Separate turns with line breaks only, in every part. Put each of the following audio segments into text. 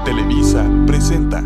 Televisa presenta.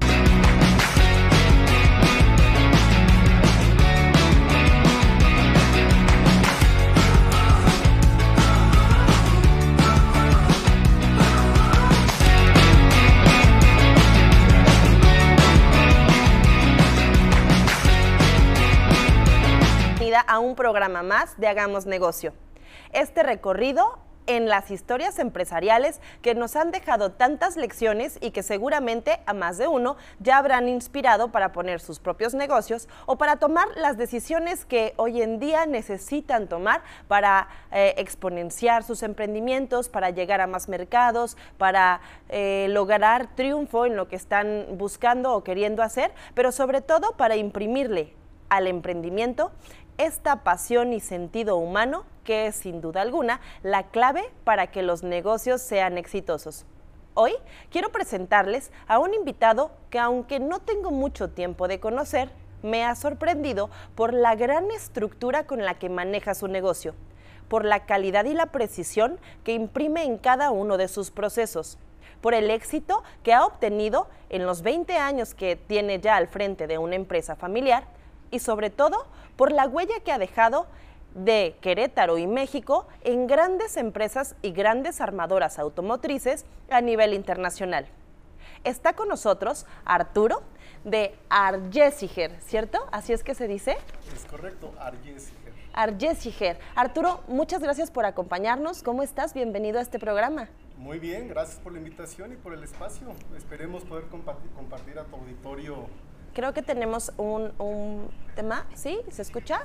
A un programa más de Hagamos Negocio. Este recorrido en las historias empresariales que nos han dejado tantas lecciones y que seguramente a más de uno ya habrán inspirado para poner sus propios negocios o para tomar las decisiones que hoy en día necesitan tomar para exponenciar sus emprendimientos, para llegar a más mercados, para lograr triunfo en lo que están buscando o queriendo hacer, pero sobre todo para imprimirle al emprendimiento esta pasión y sentido humano que es sin duda alguna la clave para que los negocios sean exitosos. Hoy quiero presentarles a un invitado que, aunque no tengo mucho tiempo de conocer, me ha sorprendido por la gran estructura con la que maneja su negocio, por la calidad y la precisión que imprime en cada uno de sus procesos, por el éxito que ha obtenido en los 20 años que tiene ya al frente de una empresa familiar, y sobre todo por la huella que ha dejado de Querétaro y México en grandes empresas y grandes armadoras automotrices a nivel internacional. Está con nosotros Arturo de Argesiger, ¿cierto? ¿Así es que se dice?
Es correcto, Argesiger.
Argesiger. Arturo, muchas gracias por acompañarnos. ¿Cómo estás? Bienvenido a este programa.
Muy bien, gracias por la invitación y por el espacio. Esperemos poder compartir a tu auditorio.
Creo que tenemos un tema, ¿sí? ¿Se escucha?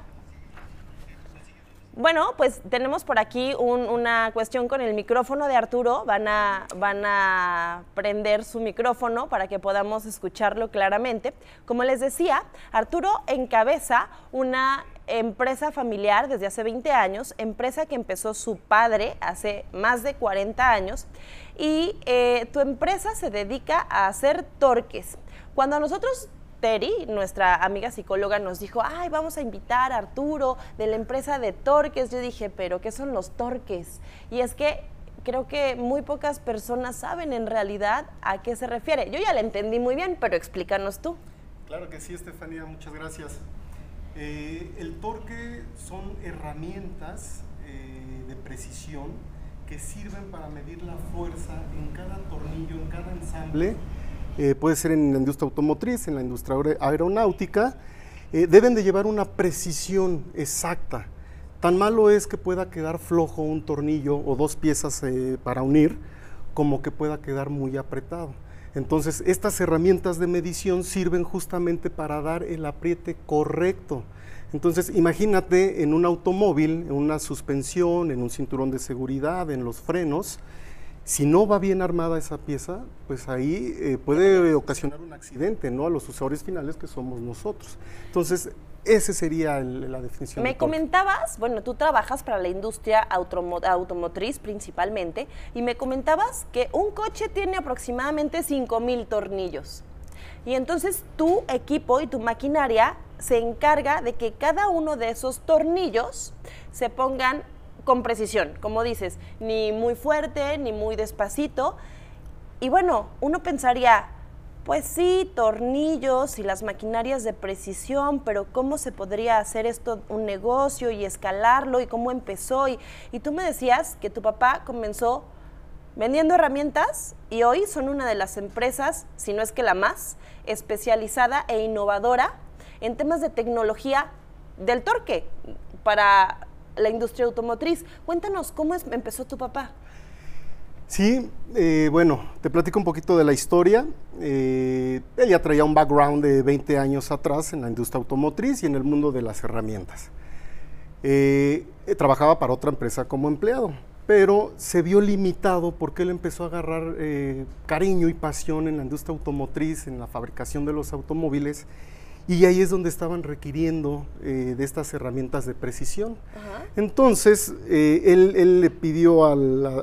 Bueno, pues tenemos por aquí una cuestión con el micrófono de Arturo. Van a prender su micrófono para que podamos escucharlo claramente. Como les decía, Arturo encabeza una empresa familiar desde hace 20 años, empresa que empezó su padre hace más de 40 años, y tu empresa se dedica a hacer torques. Cuando nosotros Teri, nuestra amiga psicóloga, nos dijo, ay, vamos a invitar a Arturo de la empresa de torques, yo dije, pero ¿qué son los torques? Y es que creo que muy pocas personas saben en realidad a qué se refiere. Yo ya la entendí muy bien, pero explícanos tú.
Claro que sí, Estefanía, muchas gracias. El torque son herramientas de precisión que sirven para medir la fuerza en cada tornillo, en cada ensamble. Puede ser en la industria automotriz, en la industria aeronáutica, deben de llevar una precisión exacta. Tan malo es que pueda quedar flojo un tornillo o dos piezas para unir, como que pueda quedar muy apretado. Entonces, estas herramientas de medición sirven justamente para dar el apriete correcto. Entonces, imagínate en un automóvil, en una suspensión, en un cinturón de seguridad, en los frenos. Si no va bien armada esa pieza, pues ahí puede ocasionar un accidente, ¿no? A los usuarios finales que somos nosotros. Entonces, esa sería la definición.
Me comentabas, bueno, tú trabajas para la industria automotriz principalmente, y me comentabas que un coche tiene aproximadamente 5,000 tornillos. Y entonces tu equipo y tu maquinaria se encarga de que cada uno de esos tornillos se pongan con precisión, como dices, ni muy fuerte, ni muy despacito. Y bueno, uno pensaría, pues sí, tornillos y las maquinarias de precisión, pero ¿cómo se podría hacer esto un negocio y escalarlo? ¿Y cómo empezó? Y tú me decías que tu papá comenzó vendiendo herramientas y hoy son una de las empresas, si no es que la más, especializada e innovadora en temas de tecnología del torque para la industria automotriz. Cuéntanos, ¿cómo empezó tu papá?
Sí, bueno, te platico un poquito de la historia. Él ya traía un background de 20 años atrás en la industria automotriz y en el mundo de las herramientas. Trabajaba para otra empresa como empleado, pero se vio limitado porque él empezó a agarrar cariño y pasión en la industria automotriz, en la fabricación de los automóviles. Y ahí es donde estaban requiriendo de estas herramientas de precisión. Ajá. Entonces, él le pidió a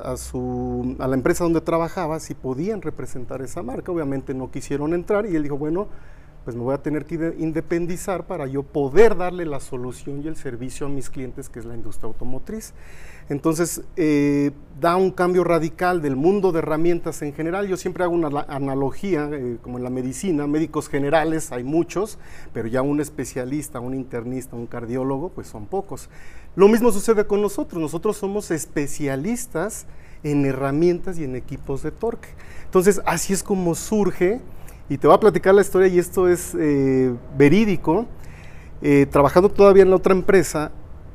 la empresa donde trabajaba si podían representar esa marca. Obviamente no quisieron entrar y él dijo, bueno, pues me voy a tener que independizar para yo poder darle la solución y el servicio a mis clientes, que es la industria automotriz. Entonces, da un cambio radical del mundo de herramientas en general. Yo siempre hago una analogía, como en la medicina, médicos generales hay muchos, pero ya un especialista, un internista, un cardiólogo, pues son pocos. Lo mismo sucede con nosotros somos especialistas en herramientas y en equipos de torque. Entonces, así es como surge, y te voy a platicar la historia, y esto es verídico. Trabajando todavía en la otra empresa,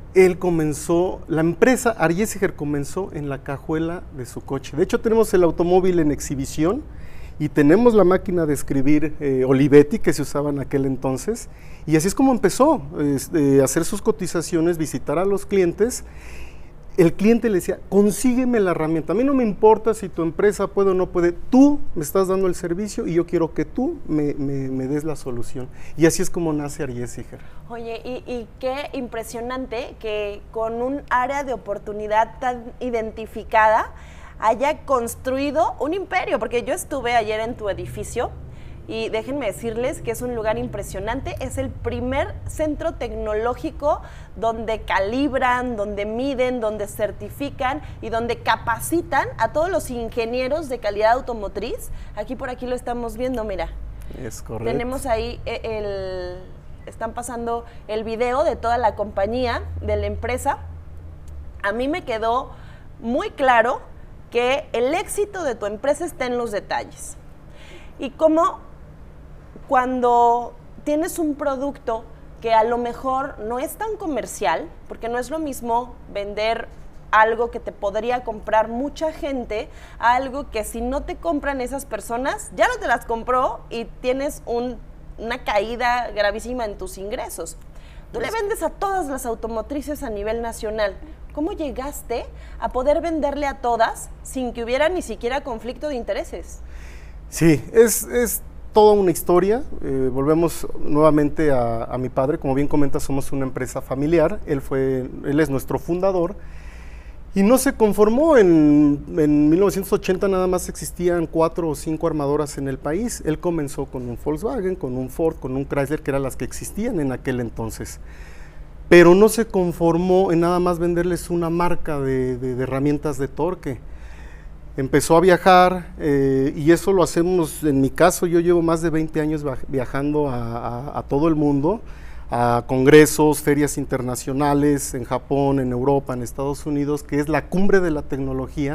la empresa Arjesiger comenzó en la cajuela de su coche. De hecho, tenemos el automóvil en exhibición y tenemos la máquina de escribir Olivetti, que se usaba en aquel entonces, y así es como empezó, a hacer sus cotizaciones, visitar a los clientes. El cliente le decía, consígueme la herramienta, a mí no me importa si tu empresa puede o no puede, tú me estás dando el servicio y yo quiero que tú me des la solución. Y así es como nace Arjesiger.
Oye, y qué impresionante que con un área de oportunidad tan identificada haya construido un imperio, porque yo estuve ayer en tu edificio y déjenme decirles que es un lugar impresionante. Es el primer centro tecnológico donde calibran, donde miden, donde certifican y donde capacitan a todos los ingenieros de calidad automotriz. Aquí por aquí lo estamos viendo, mira.
Es correcto.
Tenemos ahí están pasando el video de toda la compañía, de la empresa. A mí me quedó muy claro que el éxito de tu empresa está en los detalles. Y cómo cuando tienes un producto que a lo mejor no es tan comercial, porque no es lo mismo vender algo que te podría comprar mucha gente, a algo que si no te compran esas personas, ya no te las compró y tienes una caída gravísima en tus ingresos. Tú le vendes a todas las automotrices a nivel nacional. ¿Cómo llegaste a poder venderle a todas sin que hubiera ni siquiera conflicto de intereses?
Sí, es toda una historia. Volvemos nuevamente a mi padre. Como bien comenta, somos una empresa familiar. Él es nuestro fundador. Y no se conformó. En 1980 nada más existían 4 o 5 armadoras en el país. Él comenzó con un Volkswagen, con un Ford, con un Chrysler, que eran las que existían en aquel entonces. Pero no se conformó en nada más venderles una marca de herramientas de torque. Empezó a viajar, y eso lo hacemos, en mi caso, yo llevo más de 20 años viajando a todo el mundo, a congresos, ferias internacionales, en Japón, en Europa, en Estados Unidos, que es la cumbre de la tecnología,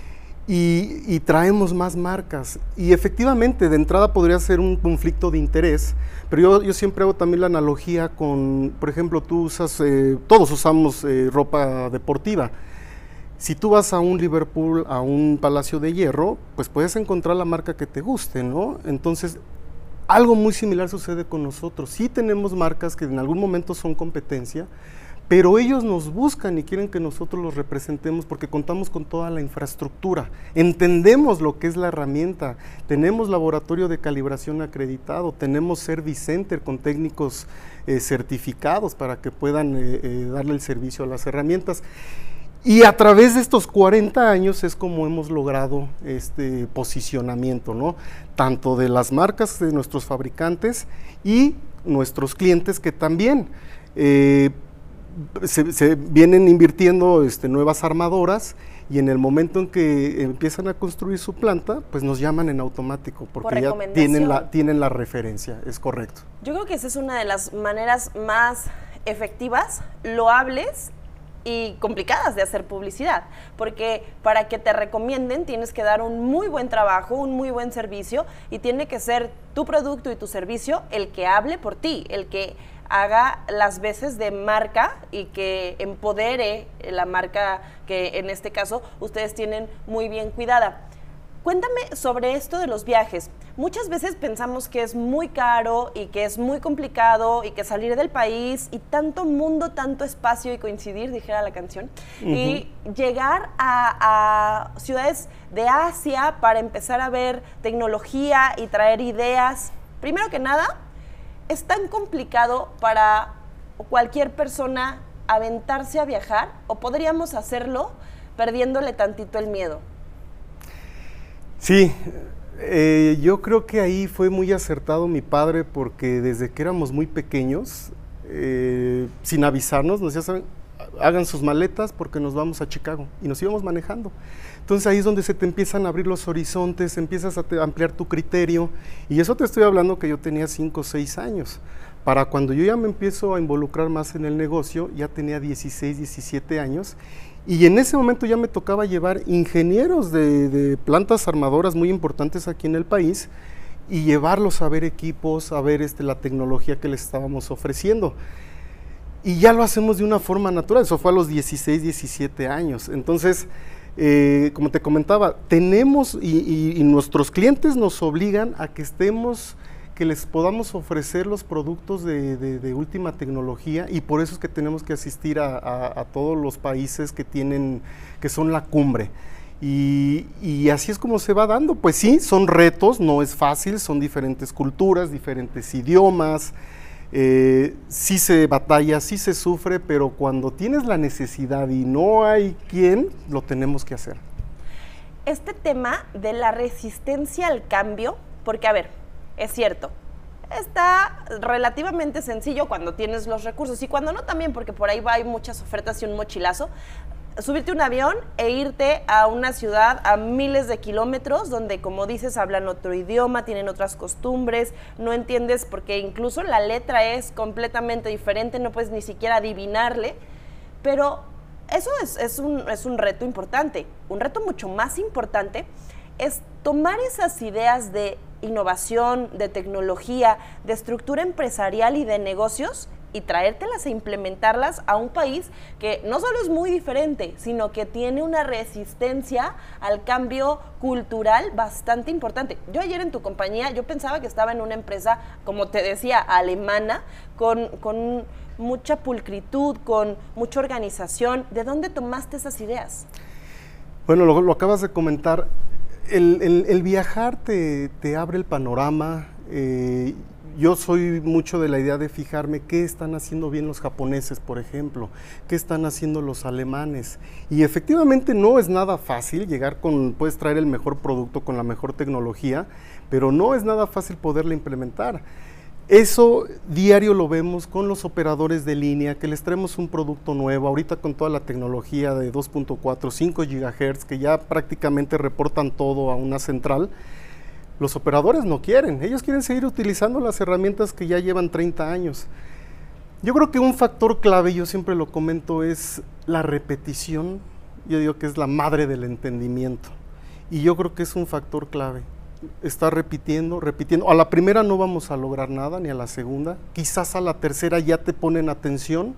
y traemos más marcas. Y efectivamente, de entrada podría ser un conflicto de interés, pero yo siempre hago también la analogía con, por ejemplo, todos usamos ropa deportiva. Si tú vas a un Liverpool, a un Palacio de Hierro, pues puedes encontrar la marca que te guste, ¿no? Entonces, algo muy similar sucede con nosotros. Sí tenemos marcas que en algún momento son competencia, pero ellos nos buscan y quieren que nosotros los representemos porque contamos con toda la infraestructura. Entendemos lo que es la herramienta, tenemos laboratorio de calibración acreditado, tenemos Service Center con técnicos certificados para que puedan darle el servicio a las herramientas. Y a través de estos 40 años es como hemos logrado este posicionamiento, ¿no? Tanto de las marcas de nuestros fabricantes y nuestros clientes, que también se vienen invirtiendo nuevas armadoras, y en el momento en que empiezan a construir su planta, pues nos llaman en automático, porque ya tienen la referencia, es correcto.
Yo creo que esa es una de las maneras más efectivas, loables y complicadas de hacer publicidad, porque para que te recomienden tienes que dar un muy buen trabajo, un muy buen servicio, y tiene que ser tu producto y tu servicio el que hable por ti, el que haga las veces de marca y que empodere la marca que en este caso ustedes tienen muy bien cuidada. Cuéntame sobre esto de los viajes. Muchas veces pensamos que es muy caro y que es muy complicado y que salir del país y tanto mundo, tanto espacio y coincidir, dijera la canción, y llegar a ciudades de Asia para empezar a ver tecnología y traer ideas. Primero que nada, ¿es tan complicado para cualquier persona aventarse a viajar o podríamos hacerlo perdiéndole tantito el miedo?
Sí, Yo creo que ahí fue muy acertado mi padre porque desde que éramos muy pequeños, sin avisarnos, nos decía, hagan sus maletas porque nos vamos a Chicago, y nos íbamos manejando. Entonces ahí es donde se te empiezan a abrir los horizontes, empiezas a ampliar tu criterio, y eso te estoy hablando que yo tenía 5 o 6 años. Para cuando yo ya me empiezo a involucrar más en el negocio, ya tenía 16, 17 años, y en ese momento ya me tocaba llevar ingenieros de plantas armadoras muy importantes aquí en el país, y llevarlos a ver equipos, a ver la tecnología que les estábamos ofreciendo. Y ya lo hacemos de una forma natural, eso fue a los 16, 17 años. Entonces, como te comentaba, tenemos y nuestros clientes nos obligan a que les podamos ofrecer los productos de última tecnología, y por eso es que tenemos que asistir a todos los países que son la cumbre. Y así es como se va dando. Pues sí, son retos, no es fácil, son diferentes culturas, diferentes idiomas, sí se batalla, sí se sufre, pero cuando tienes la necesidad y no hay quien, lo tenemos que hacer.
Este tema de la resistencia al cambio, porque a ver, es cierto, está relativamente sencillo cuando tienes los recursos, y cuando no también, porque por ahí hay muchas ofertas y un mochilazo. Subirte un avión e irte a una ciudad a miles de kilómetros donde, como dices, hablan otro idioma, tienen otras costumbres, no entiendes porque incluso la letra es completamente diferente, no puedes ni siquiera adivinarle, pero eso es un reto importante. Un reto mucho más importante es tomar esas ideas de innovación, de tecnología, de estructura empresarial y de negocios, y traértelas e implementarlas a un país que no solo es muy diferente, sino que tiene una resistencia al cambio cultural bastante importante. Yo ayer en tu compañía, yo pensaba que estaba en una empresa, como te decía, alemana, con mucha pulcritud, con mucha organización. ¿De dónde tomaste esas ideas?
Bueno, lo acabas de comentar. El viajar te abre el panorama. Yo soy mucho de la idea de fijarme qué están haciendo bien los japoneses, por ejemplo, qué están haciendo los alemanes. Y efectivamente no es nada fácil puedes traer el mejor producto con la mejor tecnología, pero no es nada fácil poderla implementar. Eso diario lo vemos con los operadores de línea, que les traemos un producto nuevo, ahorita con toda la tecnología de 2.4, 5 GHz, que ya prácticamente reportan todo a una central. Los operadores no quieren, ellos quieren seguir utilizando las herramientas que ya llevan 30 años. Yo creo que un factor clave, yo siempre lo comento, es la repetición. Yo digo que es la madre del entendimiento, y yo creo que es un factor clave. Estar repitiendo, repitiendo. A la primera no vamos a lograr nada, ni a la segunda. Quizás a la tercera ya te ponen atención,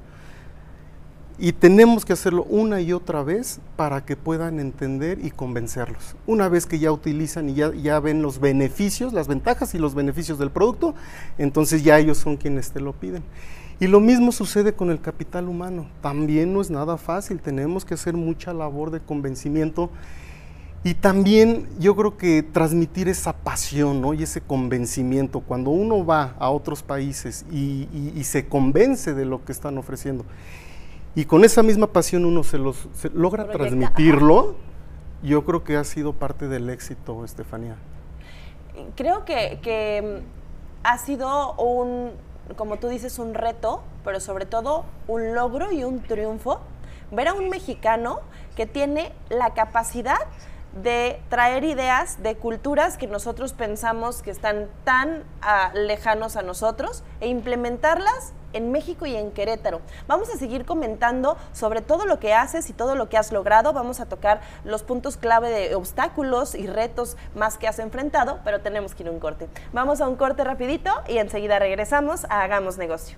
y tenemos que hacerlo una y otra vez para que puedan entender y convencerlos. Una vez que ya utilizan y ya ven los beneficios, las ventajas y los beneficios del producto, entonces ya ellos son quienes te lo piden. Y lo mismo sucede con el capital humano. También no es nada fácil, tenemos que hacer mucha labor de convencimiento, y también yo creo que transmitir esa pasión, ¿no? Y ese convencimiento. Cuando uno va a otros países y se convence de lo que están ofreciendo, y con esa misma pasión uno se logra transmitirlo, yo creo que ha sido parte del éxito, Estefanía.
Creo que ha sido como tú dices, un reto, pero sobre todo un logro y un triunfo, ver a un mexicano que tiene la capacidad de traer ideas de culturas que nosotros pensamos que están tan lejanos a nosotros, e implementarlas en México y en Querétaro. Vamos a seguir comentando sobre todo lo que haces y todo lo que has logrado. Vamos a tocar los puntos clave de obstáculos y retos más que has enfrentado, pero tenemos que ir a un corte. Vamos a un corte rapidito y enseguida regresamos a Hagamos Negocio.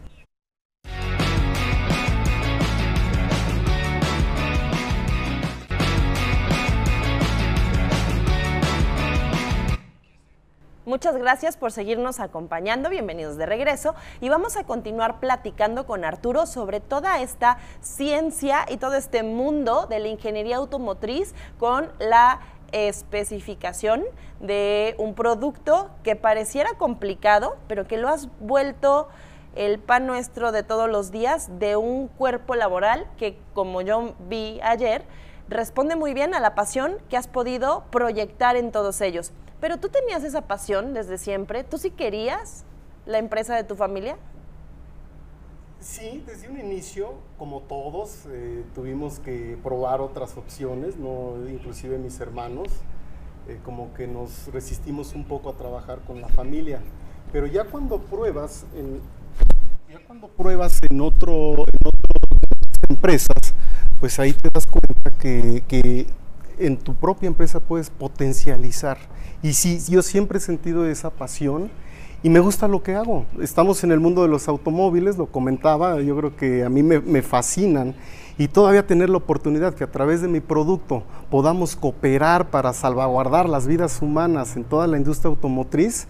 Muchas gracias por seguirnos acompañando, bienvenidos de regreso, y vamos a continuar platicando con Arturo sobre toda esta ciencia y todo este mundo de la ingeniería automotriz, con la especificación de un producto que pareciera complicado, pero que lo has vuelto el pan nuestro de todos los días, de un cuerpo laboral que, como yo vi ayer, responde muy bien a la pasión que has podido proyectar en todos ellos. Pero tú tenías esa pasión desde siempre, ¿tú sí querías la empresa de tu familia?
Sí, desde un inicio, como todos, tuvimos que probar otras opciones, ¿no? Inclusive mis hermanos, como que nos resistimos un poco a trabajar con la familia. Pero ya cuando pruebas en otras empresas, pues ahí te das cuenta que en tu propia empresa puedes potencializar. Y sí, yo siempre he sentido esa pasión. Y me gusta lo que hago. Estamos en el mundo de los automóviles, lo comentaba, yo creo que a mí me fascinan. Y todavía tener la oportunidad que a través de mi producto podamos cooperar para salvaguardar las vidas humanas en toda la industria automotriz,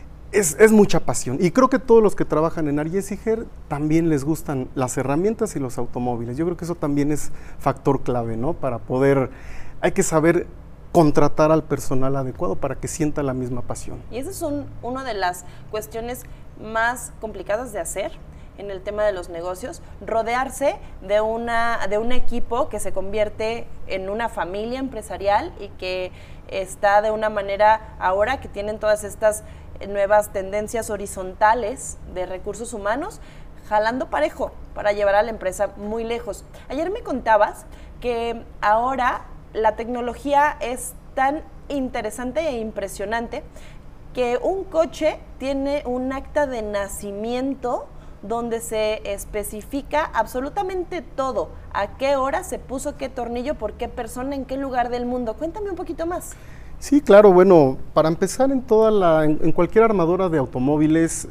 es mucha pasión. Y creo que todos los que trabajan en Aries y Ger también les gustan las herramientas y los automóviles. Yo creo que eso también es factor clave, ¿no? Para poder, hay que saber contratar al personal adecuado para que sienta la misma pasión.
Y esa es una de las cuestiones más complicadas de hacer en el tema de los negocios, rodearse de un equipo que se convierte en una familia empresarial y que está de una manera, ahora que tienen todas estas nuevas tendencias horizontales de recursos humanos, jalando parejo para llevar a la empresa muy lejos. Ayer me contabas que ahora la tecnología es tan interesante e impresionante que un coche tiene un acta de nacimiento donde se especifica absolutamente todo, a qué hora se puso qué tornillo, por qué persona, en qué lugar del mundo. Cuéntame un poquito más.
Sí, claro, bueno, para empezar en cualquier armadora de automóviles,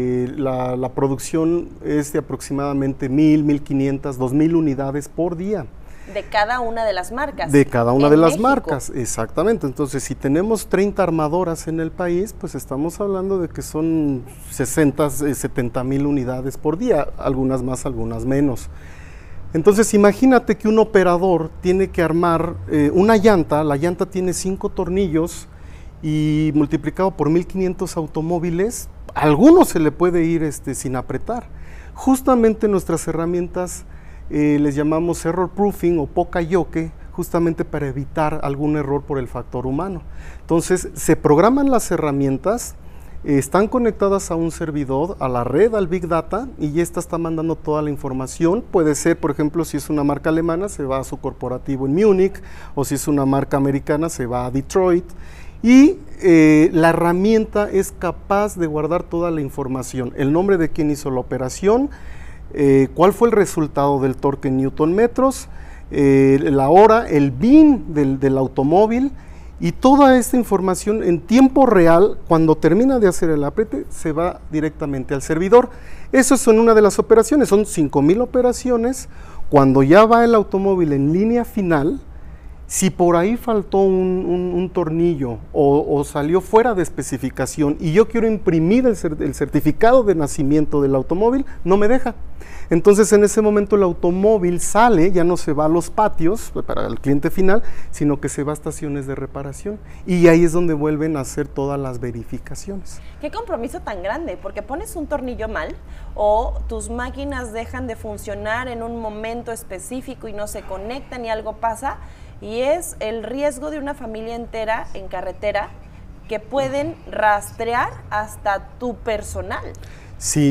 la producción es de aproximadamente 1,000, 1,500, 2,000 unidades por día.
De cada una de las marcas.
De cada una de las marcas, exactamente. Entonces, si tenemos 30 armadoras en el país, pues estamos hablando de que son 60, 70,000 unidades por día, algunas más, algunas menos. Entonces, imagínate que un operador tiene que armar una llanta, la llanta tiene 5 tornillos y multiplicado por 1,500 automóviles, a algunos se le puede ir sin apretar. Justamente nuestras herramientas les llamamos error proofing o poka-yoke, justamente para evitar algún error por el factor humano. Entonces, se programan las herramientas, están conectadas a un servidor, a la red, al Big Data, y esta está mandando toda la información. Puede ser, por ejemplo, si es una marca alemana, se va a su corporativo en Múnich, o si es una marca americana, se va a Detroit. Y la herramienta es capaz de guardar toda la información, el nombre de quien hizo la operación, cuál fue el resultado del torque en newton metros, la hora, el VIN del automóvil, y toda esta información en tiempo real, cuando termina de hacer el apriete, se va directamente al servidor. Eso es una de las operaciones, son 5,000 operaciones. Cuando ya va el automóvil en línea final, si por ahí faltó un tornillo o salió fuera de especificación y yo quiero imprimir el certificado de nacimiento del automóvil, no me deja. Entonces en ese momento el automóvil sale, ya no se va a los patios para el cliente final, sino que se va a estaciones de reparación y ahí es donde vuelven a hacer todas las verificaciones.
Qué compromiso tan grande, porque pones un tornillo mal o tus máquinas dejan de funcionar en un momento específico y no se conectan y algo pasa, y es el riesgo de una familia entera en carretera que pueden rastrear hasta tu personal.
Sí,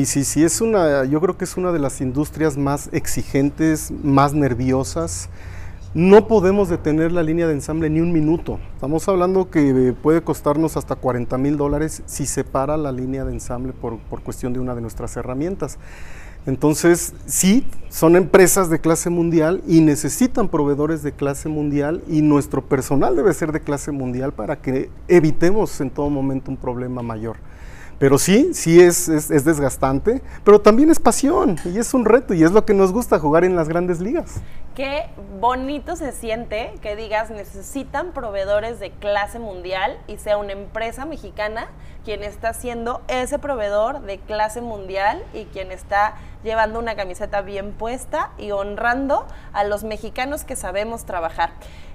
yo creo que es una de las industrias más exigentes, más nerviosas. No podemos detener la línea de ensamble ni un minuto. Estamos hablando que puede costarnos hasta $40,000 si se para la línea de ensamble por cuestión de una de nuestras herramientas. Entonces, sí, son empresas de clase mundial y necesitan proveedores de clase mundial, y nuestro personal debe ser de clase mundial para que evitemos en todo momento un problema mayor. Pero sí es desgastante, pero también es pasión y es un reto, y es lo que nos gusta, jugar en las grandes ligas.
Qué bonito se siente que digas necesitan proveedores de clase mundial y sea una empresa mexicana quien está siendo ese proveedor de clase mundial y quien está llevando una camiseta bien puesta y honrando a los mexicanos que sabemos trabajar.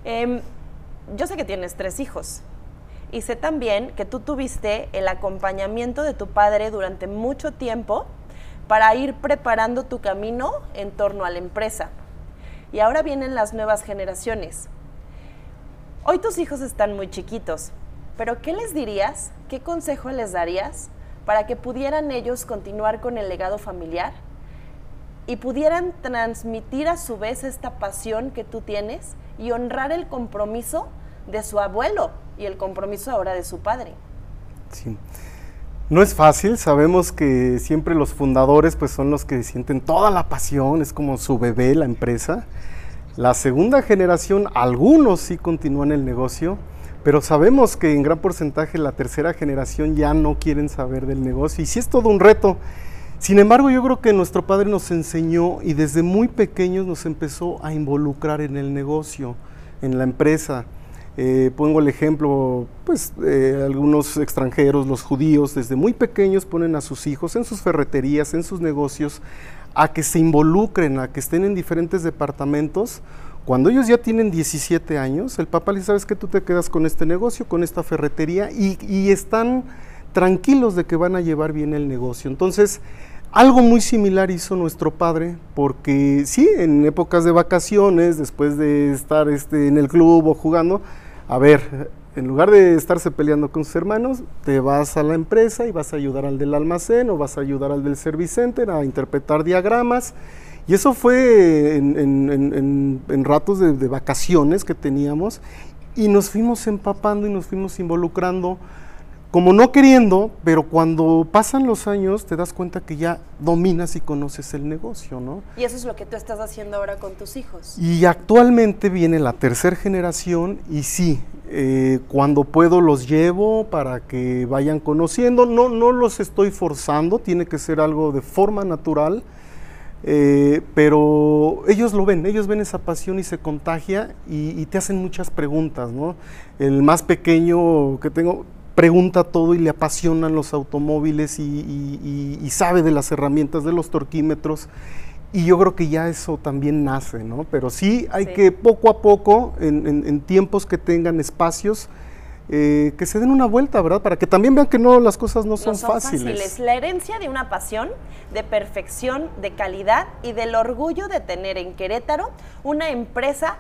Yo sé que tienes 3 hijos. Y sé también que tú tuviste el acompañamiento de tu padre durante mucho tiempo para ir preparando tu camino en torno a la empresa. y ahora vienen las nuevas generaciones. Hoy tus hijos están muy chiquitos, pero ¿qué les dirías? ¿Qué consejo les darías para que pudieran ellos continuar con el legado familiar y pudieran transmitir a su vez esta pasión que tú tienes y honrar el compromiso de su abuelo y el compromiso ahora de su padre?
Sí. No es fácil, sabemos que siempre los fundadores pues son los que sienten toda la pasión, es como su bebé la empresa. La segunda generación, algunos sí continúan el negocio, pero sabemos que en gran porcentaje la tercera generación ya no quieren saber del negocio y sí es todo un reto. Sin embargo, yo creo que nuestro padre nos enseñó y desde muy pequeños nos empezó a involucrar en el negocio, en la empresa. Pongo el ejemplo, pues algunos extranjeros, los judíos, desde muy pequeños ponen a sus hijos en sus ferreterías, en sus negocios, a que se involucren, a que estén en diferentes departamentos. Cuando ellos ya tienen 17 años, el papá le dice, ¿sabes qué? Tú te quedas con este negocio, con esta ferretería, y están tranquilos de que van a llevar bien el negocio. Entonces, algo muy similar hizo nuestro padre, porque sí, en épocas de vacaciones, después de estar en el club o jugando, a ver, en lugar de estarse peleando con sus hermanos, te vas a la empresa y vas a ayudar al del almacén o vas a ayudar al del service center a interpretar diagramas. Y eso fue en ratos de vacaciones que teníamos y nos fuimos empapando y nos fuimos involucrando, como no queriendo, pero cuando pasan los años te das cuenta que ya dominas y conoces el negocio, ¿no?
Y eso es lo que tú estás haciendo ahora con tus hijos.
Y actualmente viene la tercera generación y sí, cuando puedo los llevo para que vayan conociendo, no los estoy forzando, tiene que ser algo de forma natural, pero ellos lo ven, ellos ven esa pasión y se contagia y te hacen muchas preguntas, ¿no? El más pequeño que tengo pregunta todo y le apasionan los automóviles y sabe de las herramientas, de los torquímetros, y yo creo que ya eso también nace, ¿no? Pero sí hay que poco a poco, en tiempos que tengan espacios, que se den una vuelta, ¿verdad? Para que también vean que no, las cosas no son fáciles.
La herencia de una pasión, de perfección, de calidad y del orgullo de tener en Querétaro una empresa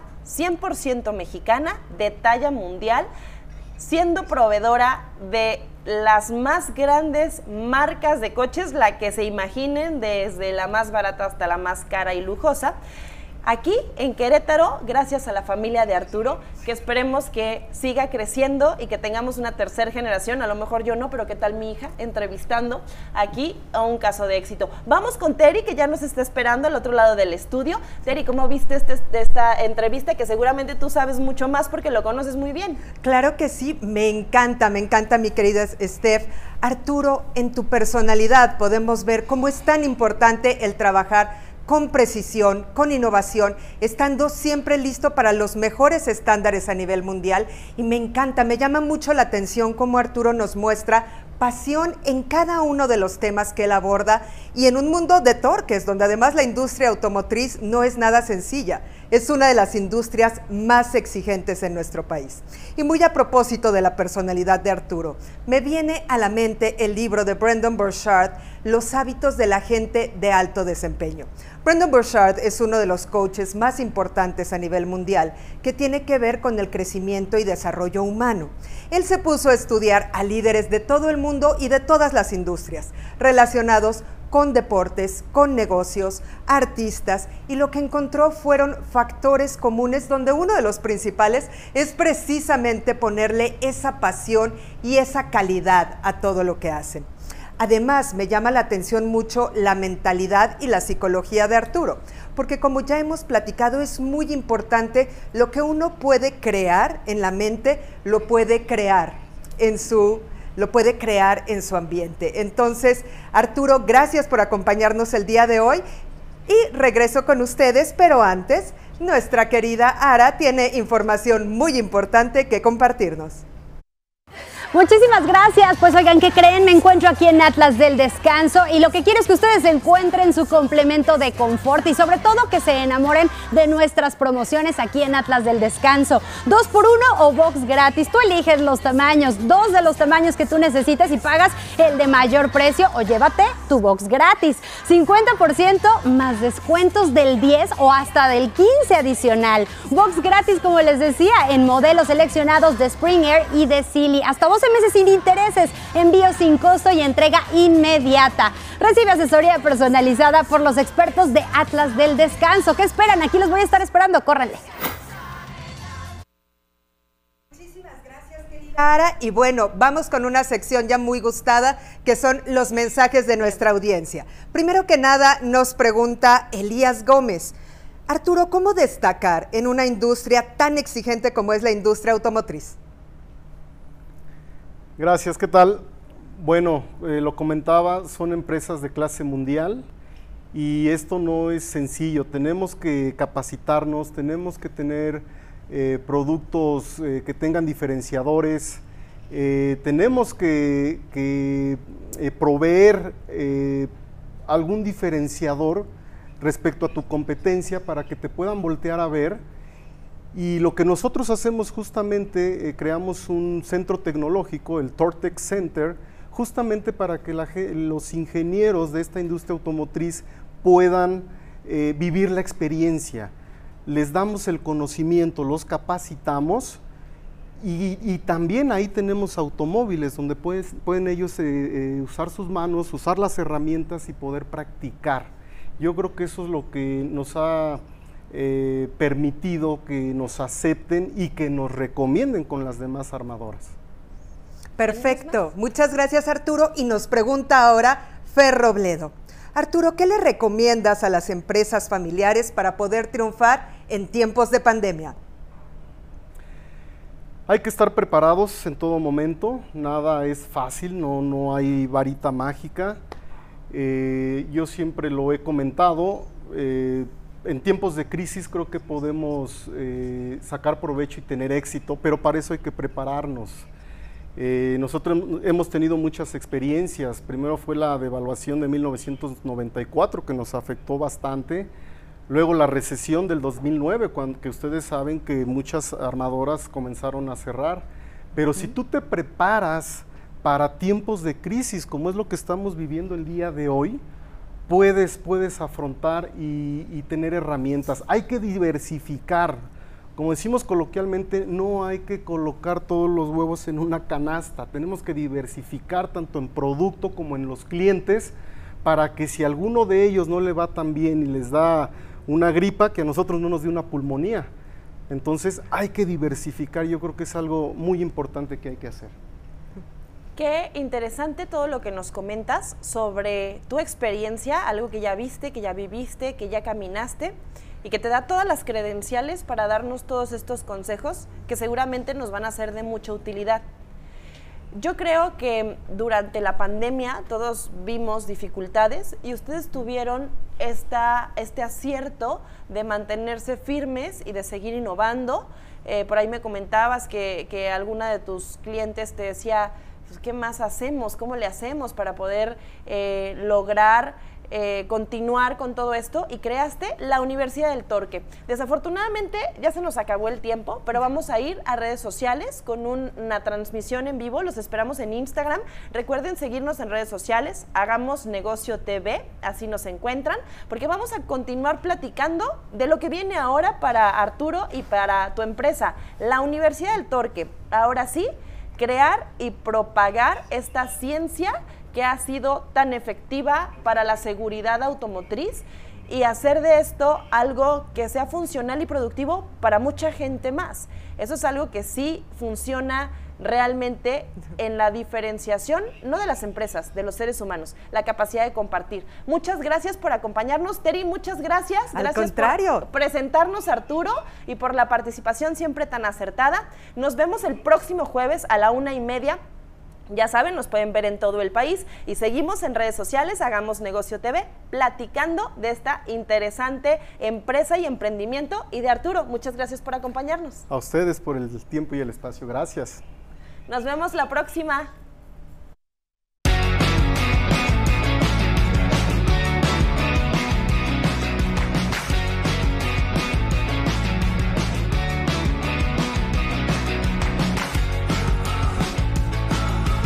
100% mexicana, de talla mundial, siendo proveedora de las más grandes marcas de coches, la que se imaginen, desde la más barata hasta la más cara y lujosa. Aquí en Querétaro, gracias a la familia de Arturo, que esperemos que siga creciendo y que tengamos una tercera generación, a lo mejor yo no, pero qué tal mi hija, entrevistando aquí a un caso de éxito. Vamos con Terry, que ya nos está esperando al otro lado del estudio. Terry, ¿cómo viste esta entrevista? Que seguramente tú sabes mucho más porque lo conoces muy bien.
Claro que sí, me encanta, mi querida Steph. Arturo, en tu personalidad podemos ver cómo es tan importante el trabajar con precisión, con innovación, estando siempre listo para los mejores estándares a nivel mundial. Y me encanta, me llama mucho la atención cómo Arturo nos muestra pasión en cada uno de los temas que él aborda, y en un mundo de torques, donde además la industria automotriz no es nada sencilla, es una de las industrias más exigentes en nuestro país. Y muy a propósito de la personalidad de Arturo, me viene a la mente el libro de Brendon Burchard, Los hábitos de la gente de alto desempeño. Brendon Burchard es uno de los coaches más importantes a nivel mundial, que tiene que ver con el crecimiento y desarrollo humano. Él se puso a estudiar a líderes de todo el mundo y de todas las industrias, relacionados con deportes, con negocios, artistas, y lo que encontró fueron factores comunes, donde uno de los principales es precisamente ponerle esa pasión y esa calidad a todo lo que hacen. Además, me llama la atención mucho la mentalidad y la psicología de Arturo, porque como ya hemos platicado, es muy importante lo que uno puede crear en la mente, lo puede crear en su ambiente. Entonces, Arturo, gracias por acompañarnos el día de hoy y regreso con ustedes, pero antes, nuestra querida Ara tiene información muy importante que compartirnos.
Muchísimas gracias. Pues oigan, ¿qué creen? Me encuentro aquí en Atlas del Descanso y lo que quiero es que ustedes encuentren su complemento de confort y sobre todo que se enamoren de nuestras promociones aquí en Atlas del Descanso. 2x1 o box gratis. Tú eliges los tamaños, 2 de los tamaños que tú necesites y pagas el de mayor precio o llévate tu box gratis. 50% más descuentos del 10 o hasta del 15 adicional. Box gratis, como les decía, en modelos seleccionados de Spring Air y de Silly. Hasta 12 meses sin intereses, envío sin costo y entrega inmediata. Recibe asesoría personalizada por los expertos de Atlas del Descanso. ¿Qué esperan? Aquí los voy a estar esperando. Córranle.
Muchísimas gracias, querida Ara. Y bueno, vamos con una sección ya muy gustada, que son los mensajes de nuestra audiencia. Primero que nada, nos pregunta Elías Gómez. Arturo, ¿cómo destacar en una industria tan exigente como es la industria automotriz?
Gracias, ¿qué tal? Bueno, lo comentaba, son empresas de clase mundial y esto no es sencillo. Tenemos que capacitarnos, tenemos que tener productos que tengan diferenciadores, tenemos que proveer algún diferenciador respecto a tu competencia para que te puedan voltear a ver. Y lo que nosotros hacemos justamente, creamos un centro tecnológico, el Tortec Center, justamente para que los ingenieros de esta industria automotriz puedan vivir la experiencia. Les damos el conocimiento, los capacitamos y también ahí tenemos automóviles donde pueden ellos usar sus manos, usar las herramientas y poder practicar. Yo creo que eso es lo que nos ha permitido que nos acepten y que nos recomienden con las demás armadoras.
Perfecto, muchas gracias, Arturo. Y nos pregunta ahora Fer Robledo. Arturo, ¿qué le recomiendas a las empresas familiares para poder triunfar en tiempos de pandemia?
Hay que estar preparados en todo momento, nada es fácil, no hay varita mágica. Yo siempre lo he comentado, en tiempos de crisis creo que podemos sacar provecho y tener éxito, pero para eso hay que prepararnos. Nosotros hemos tenido muchas experiencias. Primero fue la devaluación de 1994 que nos afectó bastante. Luego la recesión del 2009, que ustedes saben que muchas armadoras comenzaron a cerrar. Pero si tú te preparas para tiempos de crisis, como es lo que estamos viviendo el día de hoy, puedes afrontar y tener herramientas. Hay que diversificar. Como decimos coloquialmente, no hay que colocar todos los huevos en una canasta. Tenemos que diversificar tanto en producto como en los clientes para que si alguno de ellos no le va tan bien y les da una gripa, que a nosotros no nos dé una pulmonía. Entonces hay que diversificar. Yo creo que es algo muy importante que hay que hacer.
Qué interesante todo lo que nos comentas sobre tu experiencia, algo que ya viste, que ya viviste, que ya caminaste y que te da todas las credenciales para darnos todos estos consejos que seguramente nos van a ser de mucha utilidad. Yo creo que durante la pandemia todos vimos dificultades y ustedes tuvieron este acierto de mantenerse firmes y de seguir innovando. Por ahí me comentabas que alguna de tus clientes te decía, pues, ¿qué más hacemos? ¿Cómo le hacemos para poder lograr continuar con todo esto? Y creaste la Universidad del Torque. Desafortunadamente ya se nos acabó el tiempo, pero vamos a ir a redes sociales con una transmisión en vivo. Los esperamos en Instagram. Recuerden seguirnos en redes sociales, Hagamos Negocio TV, así nos encuentran, porque vamos a continuar platicando de lo que viene ahora para Arturo y para tu empresa, la Universidad del Torque. Ahora sí, crear y propagar esta ciencia que ha sido tan efectiva para la seguridad automotriz y hacer de esto algo que sea funcional y productivo para mucha gente más. Eso es algo que sí funciona realmente en la diferenciación, no de las empresas, de los seres humanos, la capacidad de compartir. Muchas gracias por acompañarnos, Teri, muchas gracias.
Al contrario.
Por presentarnos, Arturo, y por la participación siempre tan acertada. Nos vemos el próximo jueves a la 1:30. Ya saben, nos pueden ver en todo el país y seguimos en redes sociales, Hagamos Negocio TV, platicando de esta interesante empresa y emprendimiento. Y de Arturo, muchas gracias por acompañarnos.
A ustedes por el tiempo y el espacio. Gracias.
Nos vemos la próxima.